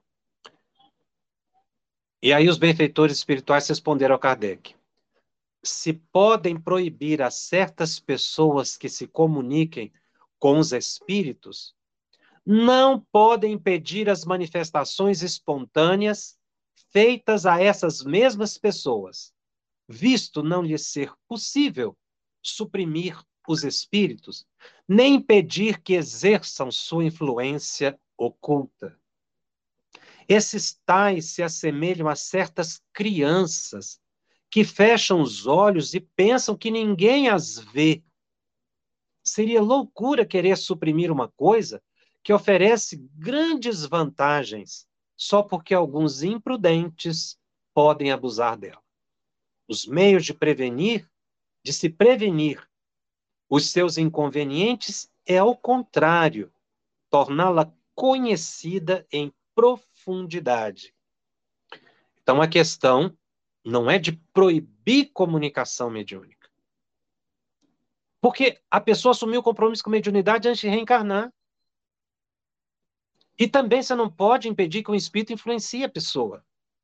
E aí os benfeitores espirituais responderam a Kardec: se podem proibir a certas pessoas que se comuniquem com os espíritos, não podem impedir as manifestações espontâneas feitas a essas mesmas pessoas, visto não lhes ser possível suprimir os espíritos, nem impedir que exerçam sua influência oculta. Esses tais se assemelham a certas crianças que fecham os olhos e pensam que ninguém as vê. Seria loucura querer suprimir uma coisa que oferece grandes vantagens só porque alguns imprudentes podem abusar dela. Os meios de prevenir, de se prevenir os seus inconvenientes é ao contrário, torná-la conhecida em profundidade. Então a questão não é de proibir comunicação mediúnica. Porque a pessoa assumiu o compromisso com mediunidade antes de reencarnar. E também você não pode impedir que o espírito influencie a pessoa.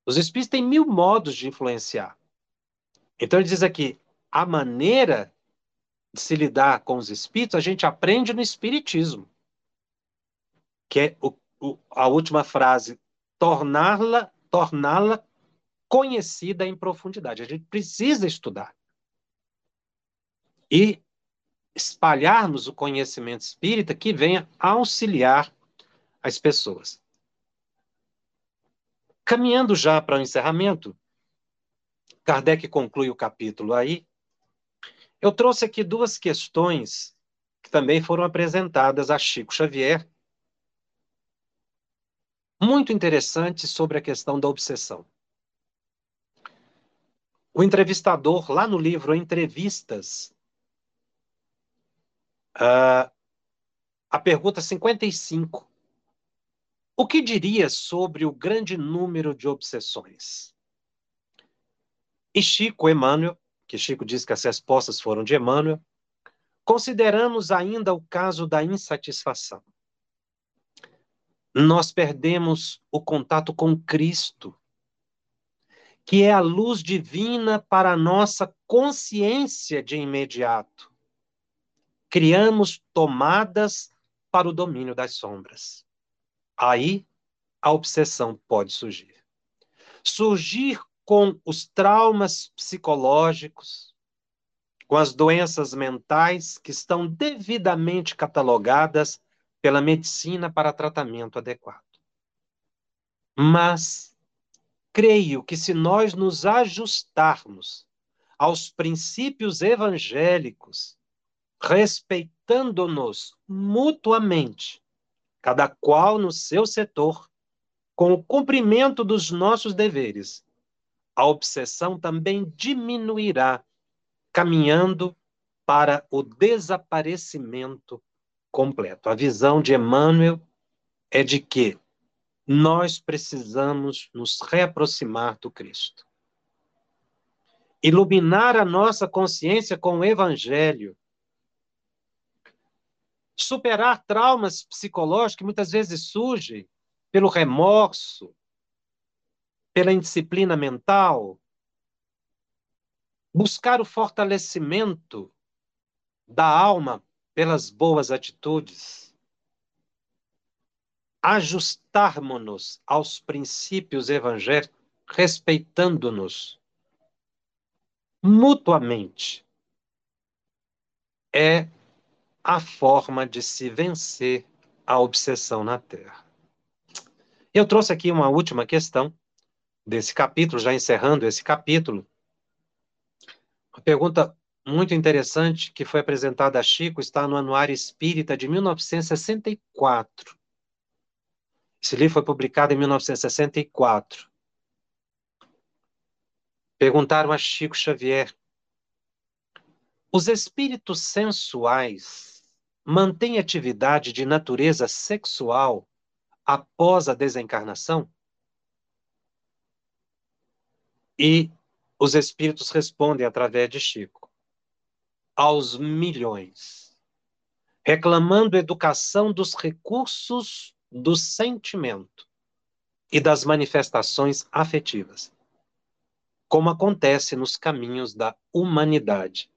Os espíritos têm mil modos de influenciar. Então ele diz aqui, a maneira de se lidar com os espíritos, a gente aprende no espiritismo, que é o, o, a última frase, torná-la torná-la conhecida em profundidade. A gente precisa estudar. E espalharmos o conhecimento espírita que venha auxiliar as pessoas. Caminhando já para o encerramento, Kardec conclui o capítulo aí. Eu trouxe aqui duas questões que também foram apresentadas a Chico Xavier, muito interessantes sobre a questão da obsessão. O entrevistador, lá no livro Entrevistas, uh, a pergunta cinquenta e cinco, o que diria sobre o grande número de obsessões? E Chico Emmanuel, que Chico diz que as respostas foram de Emmanuel, consideramos ainda o caso da insatisfação. Nós perdemos o contato com Cristo, que é a luz divina para a nossa consciência de imediato. Criamos tomadas para o domínio das sombras. Aí a obsessão pode surgir. Surgir com os traumas psicológicos, com as doenças mentais que estão devidamente catalogadas pela medicina para tratamento adequado. Mas creio que se nós nos ajustarmos aos princípios evangélicos, respeitando-nos mutuamente, cada qual no seu setor, com o cumprimento dos nossos deveres, a obsessão também diminuirá, caminhando para o desaparecimento completo. A visão de Emmanuel é de que nós precisamos nos reaproximar do Cristo. Iluminar a nossa consciência com o Evangelho. Superar traumas psicológicos que muitas vezes surgem pelo remorso, pela indisciplina mental. Buscar o fortalecimento da alma pelas boas atitudes. Ajustarmos-nos aos princípios evangélicos, respeitando-nos mutuamente. É a forma de se vencer a obsessão na Terra. Eu trouxe aqui uma última questão desse capítulo, já encerrando esse capítulo. Uma pergunta muito interessante que foi apresentada a Chico, está no Anuário Espírita de mil novecentos e sessenta e quatro. Esse livro foi publicado em mil novecentos e sessenta e quatro. Perguntaram a Chico Xavier: os espíritos sensuais mantêm atividade de natureza sexual após a desencarnação? E os espíritos respondem através de Chico: aos milhões, reclamando educação dos recursos do sentimento e das manifestações afetivas, como acontece nos caminhos da humanidade.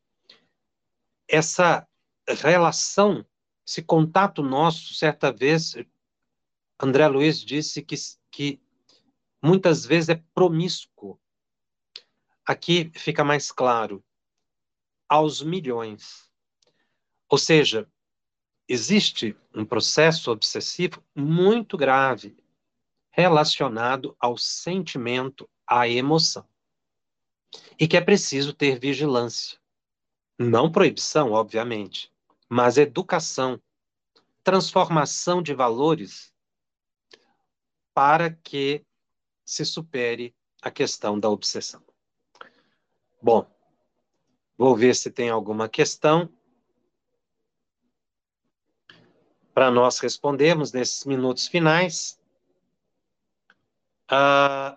Essa relação, esse contato nosso, certa vez, André Luiz disse que, que muitas vezes é promíscuo. Aqui fica mais claro, aos milhões. Ou seja, existe um processo obsessivo muito grave relacionado ao sentimento, à emoção. E que é preciso ter vigilância. Não proibição, obviamente, mas educação, transformação de valores para que se supere a questão da obsessão. Bom, vou ver se tem alguma questão para nós respondermos nesses minutos finais. Ah,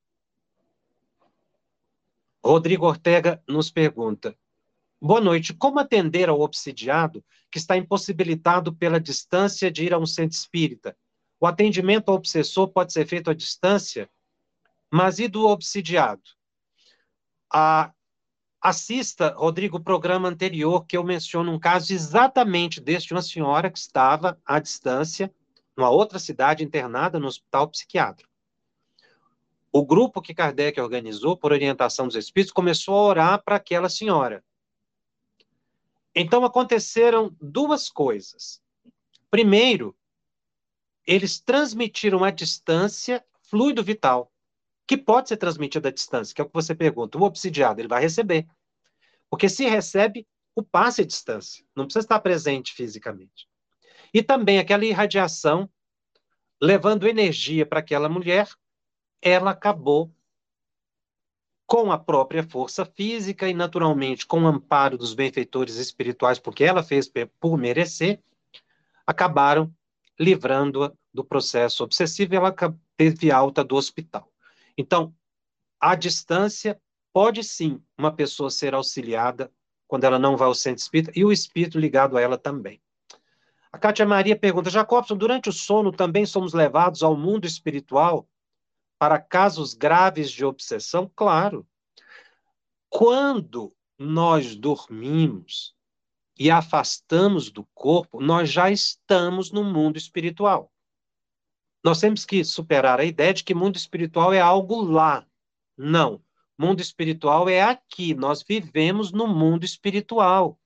Rodrigo Ortega nos pergunta: boa noite, como atender ao obsidiado que está impossibilitado pela distância de ir a um centro espírita? O atendimento ao obsessor pode ser feito à distância? Mas e do obsidiado? A, assista, Rodrigo, o programa anterior que eu menciono um caso exatamente deste, uma senhora que estava à distância, numa outra cidade, internada no hospital psiquiátrico. O grupo que Kardec organizou, por orientação dos espíritos, começou a orar para aquela senhora. Então aconteceram duas coisas. Primeiro, eles transmitiram à distância fluido vital, que pode ser transmitido à distância, que é o que você pergunta. O obsidiado, ele vai receber. Porque se recebe, o passe à distância. Não precisa estar presente fisicamente. E também aquela irradiação, levando energia para aquela mulher, ela acabou com a própria força física e, naturalmente, com o amparo dos benfeitores espirituais, porque ela fez por merecer, acabaram livrando-a do processo obsessivo e ela teve alta do hospital. Então, à distância, pode sim uma pessoa ser auxiliada quando ela não vai ao centro espírita e o espírito ligado a ela também. A Cátia Maria pergunta, Jacobson, durante o sono também somos levados ao mundo espiritual para casos graves de obsessão? Claro. Quando nós dormimos e afastamos do corpo, nós já estamos no mundo espiritual. Nós temos que superar a ideia de que mundo espiritual é algo lá. Não. Mundo espiritual é aqui. Nós vivemos no mundo espiritual.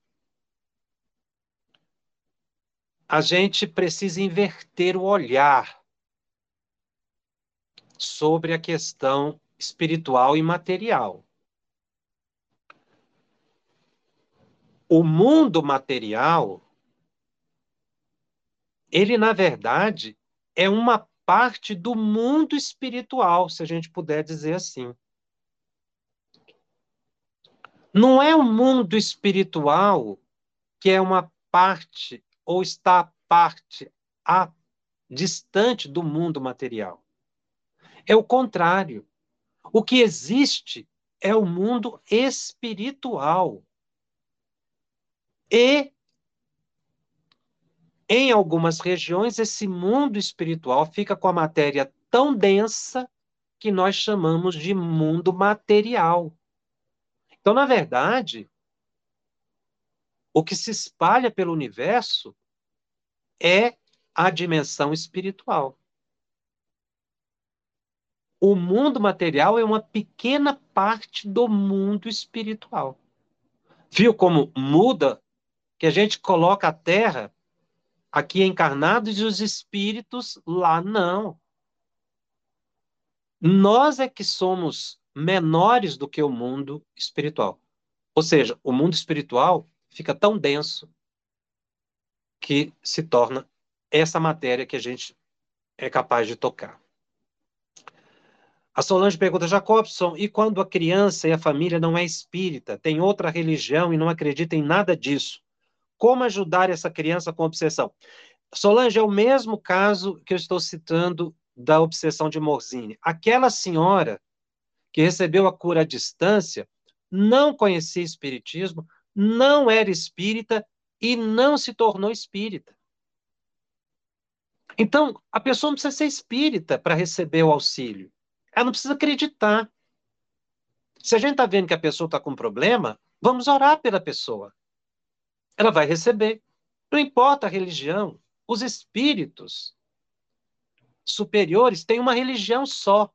A gente precisa inverter o olhar sobre a questão espiritual e material. O mundo material, ele, na verdade, é uma parte do mundo espiritual, se a gente puder dizer assim. Não é o mundo espiritual que é uma parte ou está à parte, a, distante do mundo material. É o contrário. O que existe é o mundo espiritual. E, em algumas regiões, esse mundo espiritual fica com a matéria tão densa que nós chamamos de mundo material. Então, na verdade, o que se espalha pelo universo é a dimensão espiritual. O mundo material é uma pequena parte do mundo espiritual. Viu como muda? Que a gente coloca a Terra aqui encarnados e os espíritos lá não. Nós é que somos menores do que o mundo espiritual. Ou seja, o mundo espiritual fica tão denso que se torna essa matéria que a gente é capaz de tocar. A Solange pergunta, Jacobson, e quando a criança e a família não é espírita, tem outra religião e não acredita em nada disso? Como ajudar essa criança com obsessão? Solange, é o mesmo caso que eu estou citando da obsessão de Morzine. Aquela senhora que recebeu a cura à distância não conhecia espiritismo, não era espírita e não se tornou espírita. Então, a pessoa não precisa ser espírita para receber o auxílio. Ela não precisa acreditar. Se a gente está vendo que a pessoa está com problema, vamos orar pela pessoa. Ela vai receber. Não importa a religião, os espíritos superiores têm uma religião só,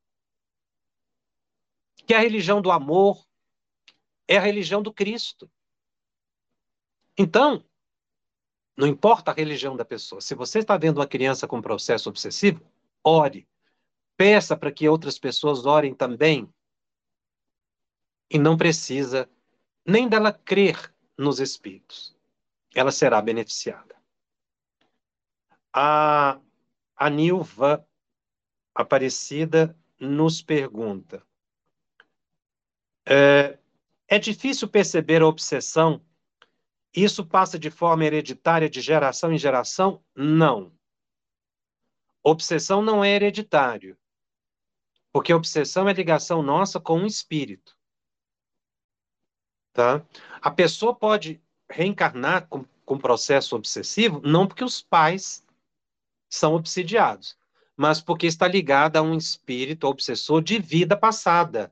que é a religião do amor, é a religião do Cristo. Então, não importa a religião da pessoa. Se você está vendo uma criança com processo obsessivo, ore. Peça para que outras pessoas orem também. E não precisa nem dela crer nos espíritos. Ela será beneficiada. A, a Nilva Aparecida nos pergunta: é, é difícil perceber a obsessão? Isso passa de forma hereditária de geração em geração? Não. Obsessão não é hereditário, porque obsessão é ligação nossa com um espírito. Tá? A pessoa pode reencarnar com, com processo obsessivo, não porque os pais são obsidiados, mas porque está ligada a um espírito obsessor de vida passada.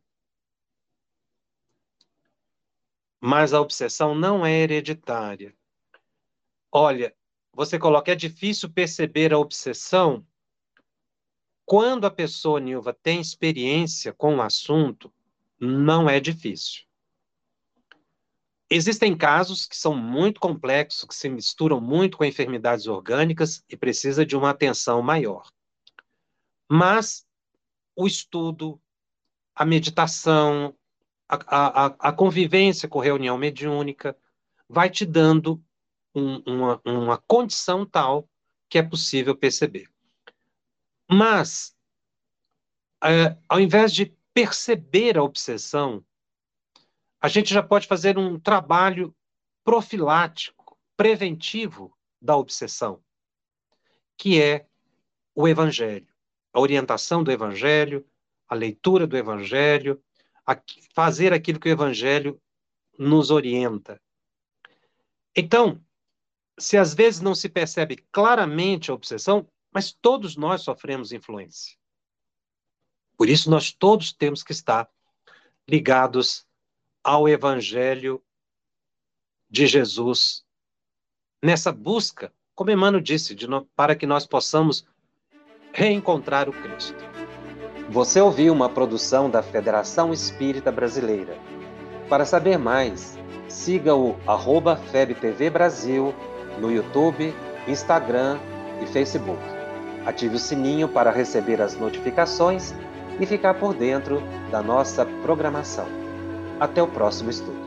Mas a obsessão não é hereditária. Olha, você coloca, é difícil perceber a obsessão quando a pessoa, Nilva, tem experiência com o assunto, não é difícil. Existem casos que são muito complexos, que se misturam muito com enfermidades orgânicas e precisa de uma atenção maior. Mas o estudo, a meditação, a, a, a convivência com reunião mediúnica vai te dando um, uma, uma condição tal que é possível perceber. Mas, é, ao invés de perceber a obsessão, a gente já pode fazer um trabalho profilático, preventivo da obsessão, que é o Evangelho, a orientação do Evangelho, a leitura do Evangelho, a fazer aquilo que o Evangelho nos orienta. Então, se às vezes não se percebe claramente a obsessão, mas todos nós sofremos influência. Por isso, nós todos temos que estar ligados ao Evangelho de Jesus, nessa busca, como Emmanuel disse, de no, para que nós possamos reencontrar o Cristo. Você ouviu uma produção da Federação Espírita Brasileira. Para saber mais, siga o arroba F E B T V Brasil no YouTube, Instagram e Facebook. Ative o sininho para receber as notificações e ficar por dentro da nossa programação. Até o próximo estudo.